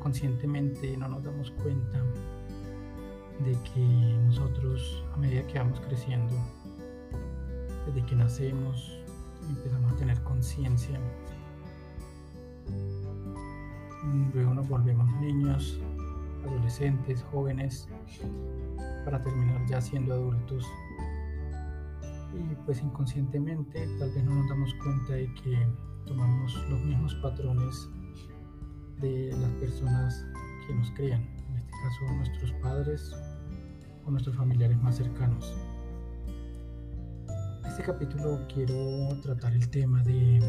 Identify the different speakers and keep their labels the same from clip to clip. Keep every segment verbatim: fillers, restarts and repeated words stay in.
Speaker 1: inconscientemente no nos damos cuenta de que nosotros, a medida que vamos creciendo, desde que nacemos, empezamos a tener conciencia, luego nos volvemos niños, adolescentes, jóvenes, para terminar ya siendo adultos. Y pues inconscientemente tal vez no nos damos cuenta de que tomamos los mismos patrones de las personas que nos crían, en este caso nuestros padres o nuestros familiares más cercanos. En este capítulo quiero tratar el tema de,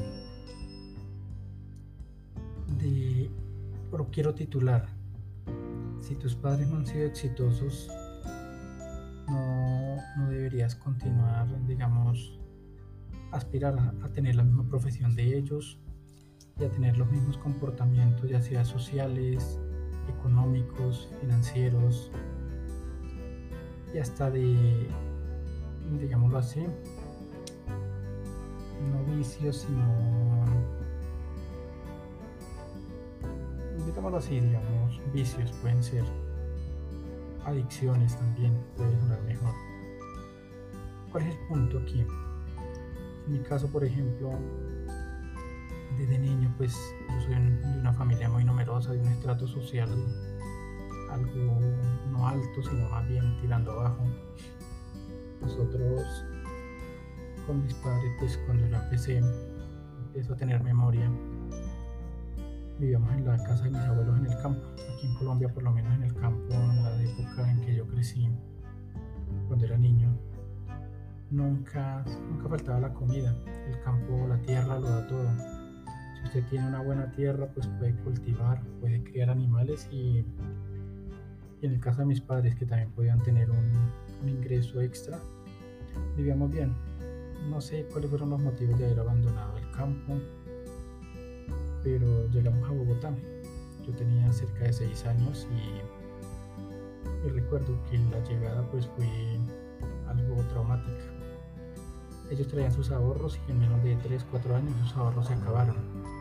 Speaker 1: de o lo quiero titular: si tus padres no han sido exitosos, no, no deberías continuar, digamos, aspirar a, a tener la misma profesión de ellos y a tener los mismos comportamientos, ya sea sociales, económicos, financieros y hasta de, digámoslo así, no vicios, sino, digámoslo así, digamos, vicios pueden ser, adicciones también, puede sonar mejor. ¿Cuál es el punto aquí? En mi caso, por ejemplo, desde niño, pues yo soy de una familia muy numerosa, de un estrato social algo no alto, sino más bien tirando abajo. Nosotros, con mis padres, pues cuando yo empecé, empecé a tener memoria, vivíamos en la casa de mis abuelos en el campo, aquí en Colombia, por lo menos en el campo, en la época en que yo crecí, cuando era niño. Nunca, nunca faltaba la comida. El campo, la tierra lo da todo. Si usted tiene una buena tierra, pues puede cultivar, puede criar animales y, y en el caso de mis padres, que también podían tener un, un ingreso extra, vivíamos bien. No sé cuáles fueron los motivos de haber abandonado el campo, pero llegamos a Bogotá. Yo tenía cerca de seis años y, y recuerdo que la llegada pues fue algo traumática. Ellos traían sus ahorros y en menos de tres cuatro años sus ahorros se acabaron.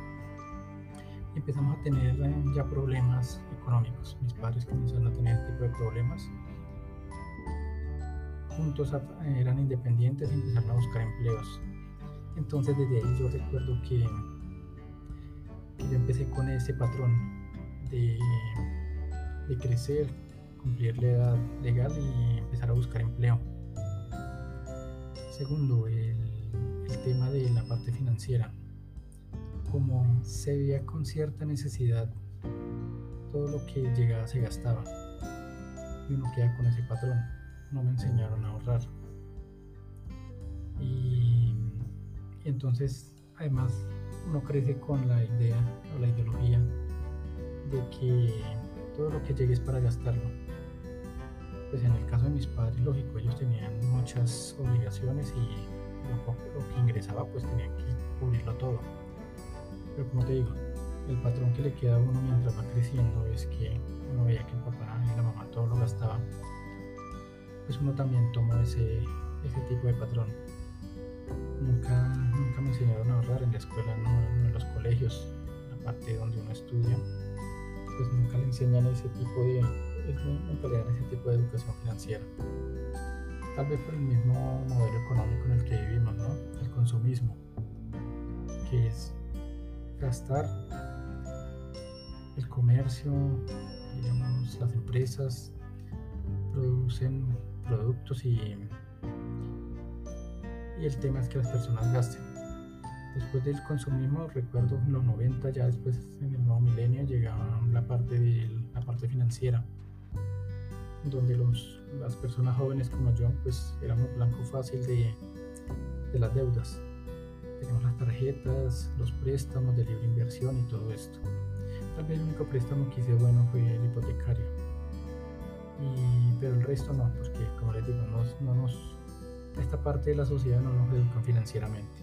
Speaker 1: Y empezamos a tener ya problemas económicos. Mis padres comenzaron a tener este tipo de problemas. Juntos eran independientes y empezaron a buscar empleos. Entonces desde ahí yo recuerdo que, que yo empecé con ese patrón de, de crecer, cumplir la edad legal y empezar a buscar empleo. Segundo, el, el tema de la parte financiera. Como se veía con cierta necesidad, todo lo que llegaba se gastaba y uno queda con ese patrón. No me enseñaron a ahorrar y, y entonces además uno crece con la idea o la ideología de que todo lo que llegue es para gastarlo. Pues en el caso de mis padres, lógico, ellos tenían muchas obligaciones y lo, poco, lo que ingresaba pues tenían que cubrirlo todo. Pero como te digo, el patrón que le queda a uno mientras va creciendo es que uno veía que el papá y la mamá todo lo gastaba, pues uno también tomó ese, ese tipo de patrón. Nunca, nunca me enseñaron a ahorrar en la escuela, no, no en los colegios, la parte donde uno estudia, pues nunca le enseñan ese tipo de nunca le dan ese tipo de educación financiera. Tal vez por el mismo modelo económico en el que vivimos, ¿no? El consumismo, que es gastar. El comercio, digamos, las empresas producen productos y, y el tema es que las personas gasten. Después del consumismo, recuerdo en los noventa, ya después en el nuevo milenio llegaba la parte de la parte financiera, donde los, las personas jóvenes como yo pues éramos blanco fácil de, de las deudas. Teníamos las tarjetas, los préstamos de libre inversión y todo esto. Tal vez el único préstamo que hice bueno fue el hipotecario, y, pero el resto no, porque como les digo, no, no nos, esta parte de la sociedad no nos educan financieramente.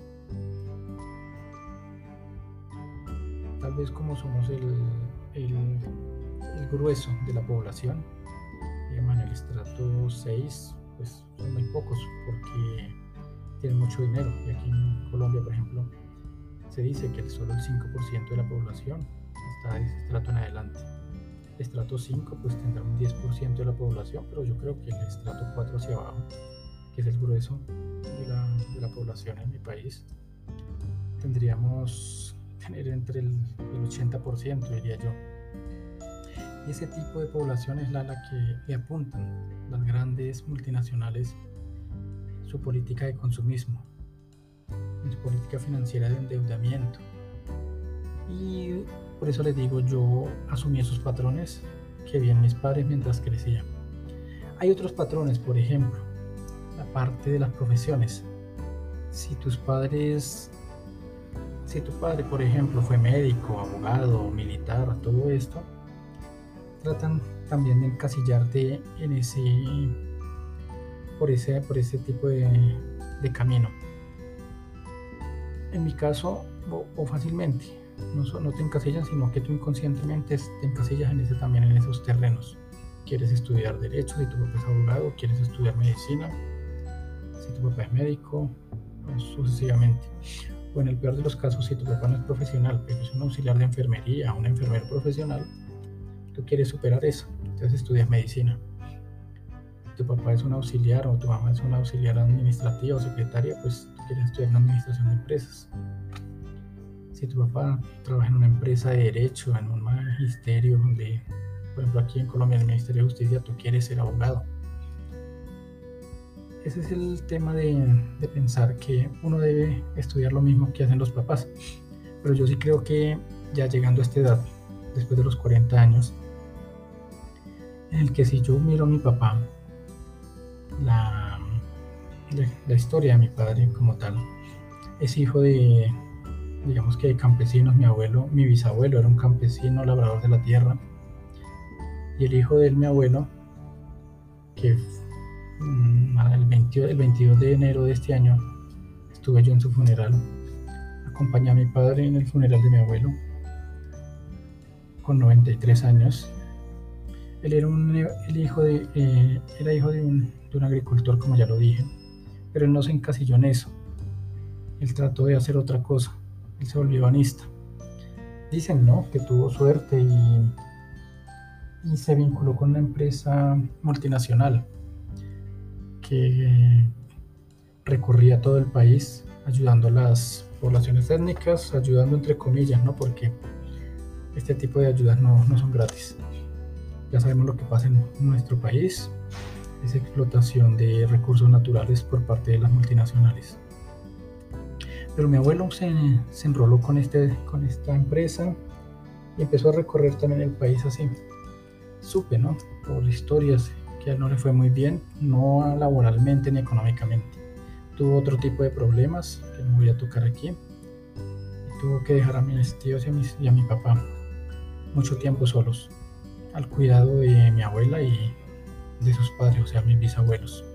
Speaker 1: Tal vez como somos el, el, el grueso de la población, digamos en el estrato seis, pues son muy pocos porque tienen mucho dinero, y aquí en Colombia, por ejemplo, se dice que solo el cinco por ciento de la población está de ese estrato en adelante. estrato cinco pues tendrá un diez por ciento de la población, pero yo creo que el estrato cuatro hacia abajo, que es el grueso de la, de la población en mi país, tendríamos tener entre el, el ochenta por ciento, diría yo. Y ese tipo de población es la a la que le apuntan las grandes multinacionales, su política de consumismo, en su política financiera de endeudamiento. Y por eso les digo, yo asumí esos patrones que vi en mis padres mientras crecía. Hay otros patrones, por ejemplo, la parte de las profesiones. Si tus padres, si tu padre, por ejemplo, fue médico, abogado, militar, todo esto, tratan también de encasillarte en ese, por ese, por ese tipo de, de camino. En mi caso, o, o fácilmente, no, no te encasillan, sino que tú inconscientemente te encasillas en ese, también en esos terrenos. Quieres estudiar derecho, si tu papá es abogado, quieres estudiar medicina, si tu papá es médico, sucesivamente. O en el peor de los casos, si tu papá no es profesional, pero es un auxiliar de enfermería, un enfermero profesional, tú quieres superar eso, entonces estudias medicina. Si tu papá es un auxiliar o tu mamá es una auxiliar administrativa o secretaria, pues tú quieres estudiar una administración de empresas. Si tu papá trabaja en una empresa de derecho, en un magisterio, de, por ejemplo aquí en Colombia, en el Ministerio de Justicia, tú quieres ser abogado. Ese es el tema de, de pensar que uno debe estudiar lo mismo que hacen los papás. Pero yo sí creo que ya llegando a esta edad, después de los cuarenta años, en el que si yo miro a mi papá, la, la, la historia de mi padre como tal, es hijo de, digamos que de campesinos. Mi abuelo, mi bisabuelo era un campesino labrador de la tierra, y el hijo de él, mi abuelo, que mmm, el, veinte, el veintidós de enero de este año estuve yo en su funeral, acompañé a mi padre en el funeral de mi abuelo con noventa y tres años. Él era un el hijo de eh, era hijo de un, de un agricultor, como ya lo dije, pero él no se encasilló en eso. Él trató de hacer otra cosa. Él se volvió banista. Dicen, ¿no?, que tuvo suerte y, y se vinculó con una empresa multinacional que recorría todo el país ayudando a las poblaciones étnicas, ayudando entre comillas, ¿no?, porque este tipo de ayudas no, no son gratis. Ya sabemos lo que pasa en nuestro país, es explotación de recursos naturales por parte de las multinacionales. Pero mi abuelo se, se enroló con, este, con esta empresa y empezó a recorrer también el país así. Supe, ¿no?, por historias, que a él no le fue muy bien, no laboralmente ni económicamente. Tuvo otro tipo de problemas que no voy a tocar aquí. Y tuvo que dejar a mis tíos y a, mis, y a mi papá mucho tiempo solos, al cuidado de mi abuela y de sus padres, o sea, mis bisabuelos.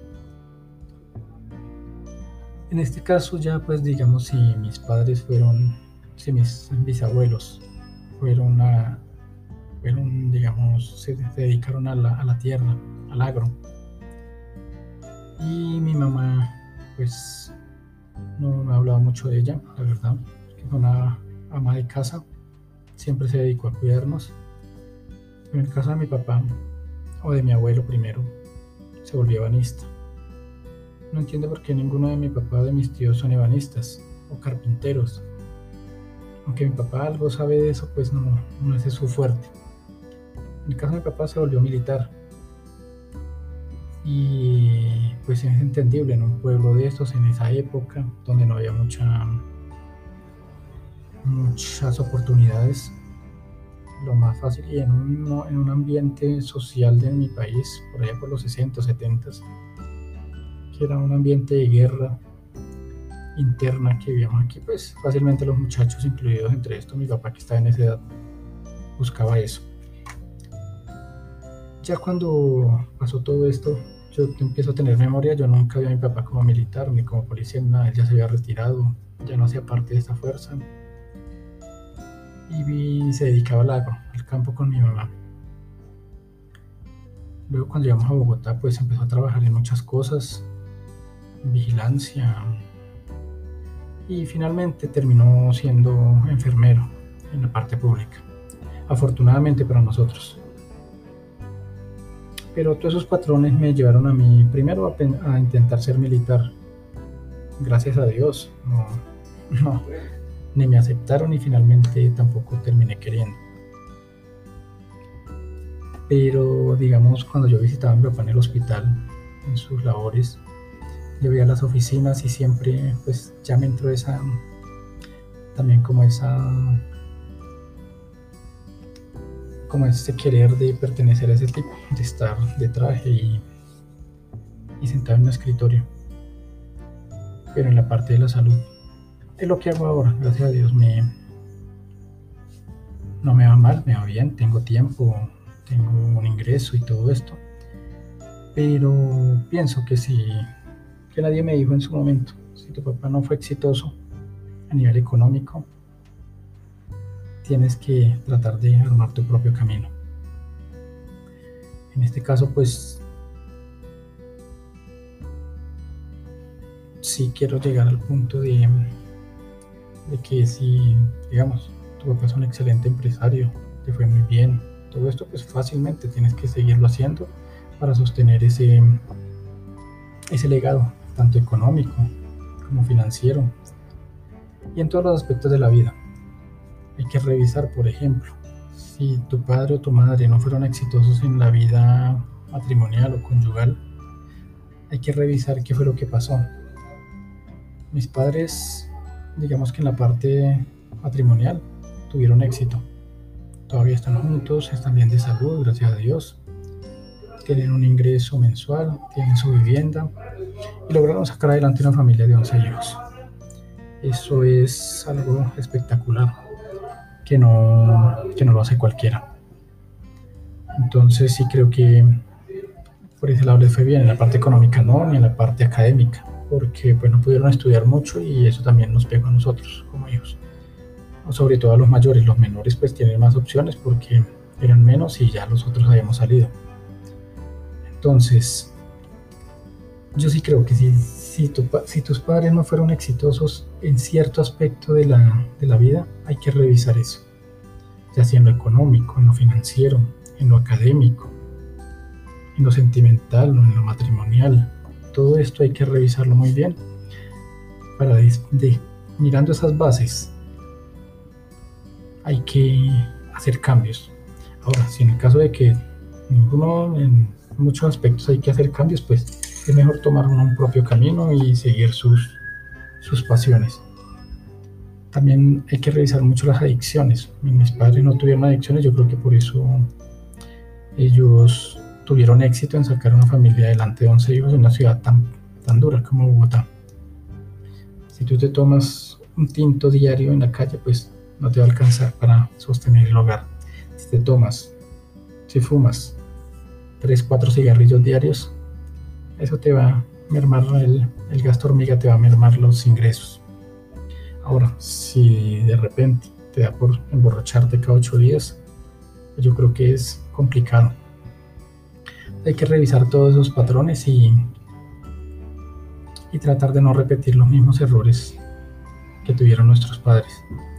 Speaker 1: En este caso ya, pues digamos, si mis padres fueron, si mis bisabuelos fueron, a, fueron digamos, se, se dedicaron a la, a la tierra, al agro, y mi mamá, pues, no, no he hablado mucho de ella, la verdad, que fue una ama de casa, siempre se dedicó a cuidarnos. En el caso de mi papá, o de mi abuelo primero, se volvió ebanista. No entiendo por qué ninguno de mi papá o de mis tíos son ebanistas o carpinteros. Aunque mi papá algo sabe de eso, pues no, no ese es su fuerte. En el caso de mi papá se volvió militar. Y pues es entendible en un pueblo de estos, en esa época, donde no había mucha, muchas oportunidades. Lo más fácil, y en un, en un ambiente social de mi país, por allá por los sesenta, setenta, que era un ambiente de guerra interna que vivíamos aquí, pues fácilmente los muchachos, incluidos entre estos mi papá que estaba en esa edad, buscaba eso. Ya cuando pasó todo esto, yo empiezo a tener memoria. Yo nunca vi a mi papá como militar ni como policía, nada. Él ya se había retirado, ya no hacía parte de esta fuerza, y vi, se dedicaba al agro, al campo con mi mamá. Luego cuando llegamos a Bogotá, pues empezó a trabajar en muchas cosas, en vigilancia, y finalmente terminó siendo enfermero en la parte pública, afortunadamente para nosotros. Pero todos esos patrones me llevaron a mí primero a, pen- a intentar ser militar. Gracias a Dios, no, no, ni me aceptaron y finalmente tampoco terminé queriendo. Pero digamos, cuando yo visitaba a mi papá en el hospital, en sus labores, yo veía las oficinas y siempre pues ya me entró esa, también como esa, como ese querer de pertenecer a ese tipo, de estar de traje y, y sentado en un escritorio. Pero en la parte de la salud, es lo que hago ahora, gracias a Dios, me, no me va mal, me va bien, tengo tiempo, tengo un ingreso y todo esto. Pero pienso que si, que nadie me dijo en su momento, si tu papá no fue exitoso a nivel económico, tienes que tratar de armar tu propio camino. En este caso, pues, sí quiero llegar al punto de, de que si, digamos, tu papá es un excelente empresario, te fue muy bien, todo esto, pues fácilmente tienes que seguirlo haciendo para sostener ese, ese legado, tanto económico como financiero y en todos los aspectos de la vida. Hay que revisar, por ejemplo, si tu padre o tu madre no fueron exitosos en la vida matrimonial o conyugal, hay que revisar qué fue lo que pasó. Mis padres, digamos que en la parte matrimonial, tuvieron éxito. Todavía están juntos, están bien de salud, gracias a Dios. Tienen un ingreso mensual, tienen su vivienda y lograron sacar adelante una familia de once hijos. Eso es algo espectacular, que no, que no lo hace cualquiera. Entonces sí creo que por ese lado les fue bien, en la parte económica no, ni en la parte académica, porque pues no pudieron estudiar mucho y eso también nos pegó a nosotros como hijos. O sobre todo a los mayores, los menores pues tienen más opciones porque eran menos y ya los otros habíamos salido. Entonces, yo sí creo que si, si, tu, si tus padres no fueron exitosos en cierto aspecto de la, de la vida, hay que revisar eso, ya sea en lo económico, en lo financiero, en lo académico, en lo sentimental o en lo matrimonial. Todo esto hay que revisarlo muy bien para de, de, mirando esas bases hay que hacer cambios. Ahora, si en el caso de que ninguno, en muchos aspectos hay que hacer cambios, pues es mejor tomar uno un propio camino y seguir sus, sus pasiones. También hay que revisar mucho las adicciones. Mis padres no tuvieron adicciones, yo creo que por eso ellos tuvieron éxito en sacar una familia adelante de once hijos en una ciudad tan, tan dura como Bogotá. Si tú te tomas un tinto diario en la calle, pues no te va a alcanzar para sostener el hogar. Si te tomas, si fumas tres, cuatro cigarrillos diarios, eso te va a mermar el, el gasto hormiga, te va a mermar los ingresos. Ahora, si de repente te da por emborracharte cada ocho días, pues yo creo que es complicado. Hay que revisar todos esos patrones y, y tratar de no repetir los mismos errores que tuvieron nuestros padres.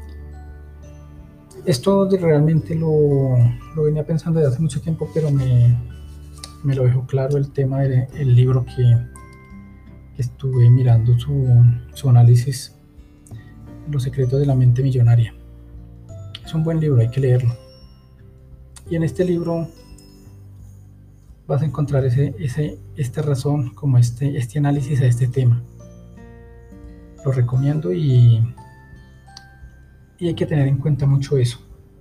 Speaker 1: Esto realmente lo, lo venía pensando desde hace mucho tiempo, pero me, me lo dejó claro el tema del libro que, que estuve mirando su, su análisis, Los secretos de la mente millonaria. Es un buen libro, hay que leerlo. Y en este libro vas a encontrar ese, ese, esta razón, como este, este análisis a este tema. Lo recomiendo y, y hay que tener en cuenta mucho eso.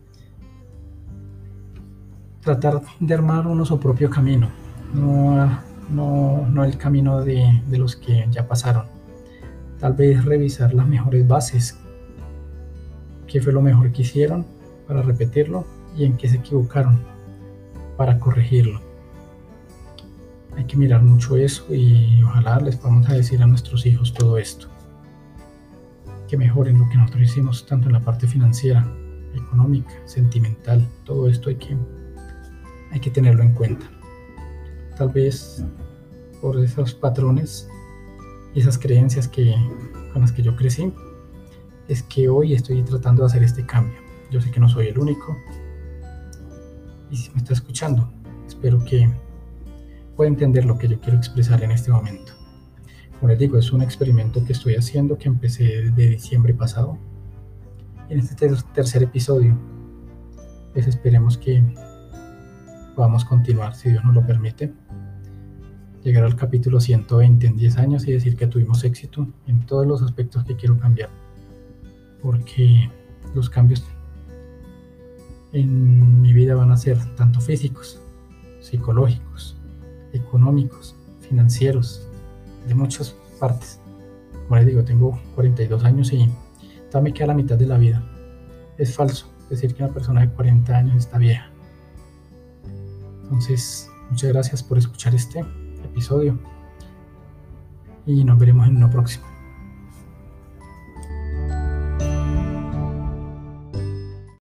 Speaker 1: Tratar de armar uno su propio camino, no, no, no el camino de, de los que ya pasaron. Tal vez revisar las mejores bases, qué fue lo mejor que hicieron para repetirlo y en qué se equivocaron para corregirlo. Hay que mirar mucho eso y ojalá les vamos a decir a nuestros hijos todo esto, que mejoren lo que nosotros hicimos tanto en la parte financiera, económica, sentimental. Todo esto hay que, hay que tenerlo en cuenta. Tal vez por esos patrones y esas creencias que, con las que yo crecí, es que hoy estoy tratando de hacer este cambio. Yo sé que no soy el único y si me está escuchando, espero que puede entender lo que yo quiero expresar en este momento. Como les digo, es un experimento que estoy haciendo, que empecé de diciembre pasado. En este ter tercer episodio, pues esperemos que podamos continuar, si Dios nos lo permite, llegar al capítulo ciento veinte en diez años y decir que tuvimos éxito en todos los aspectos que quiero cambiar, porque los cambios en mi vida van a ser tanto físicos, psicológicos, económicos, financieros, de muchas partes. Como les digo, tengo cuarenta y dos años y todavía me queda la mitad de la vida. Es falso decir que una persona de cuarenta años está vieja. Entonces, muchas gracias por escuchar este episodio y nos veremos en una próxima.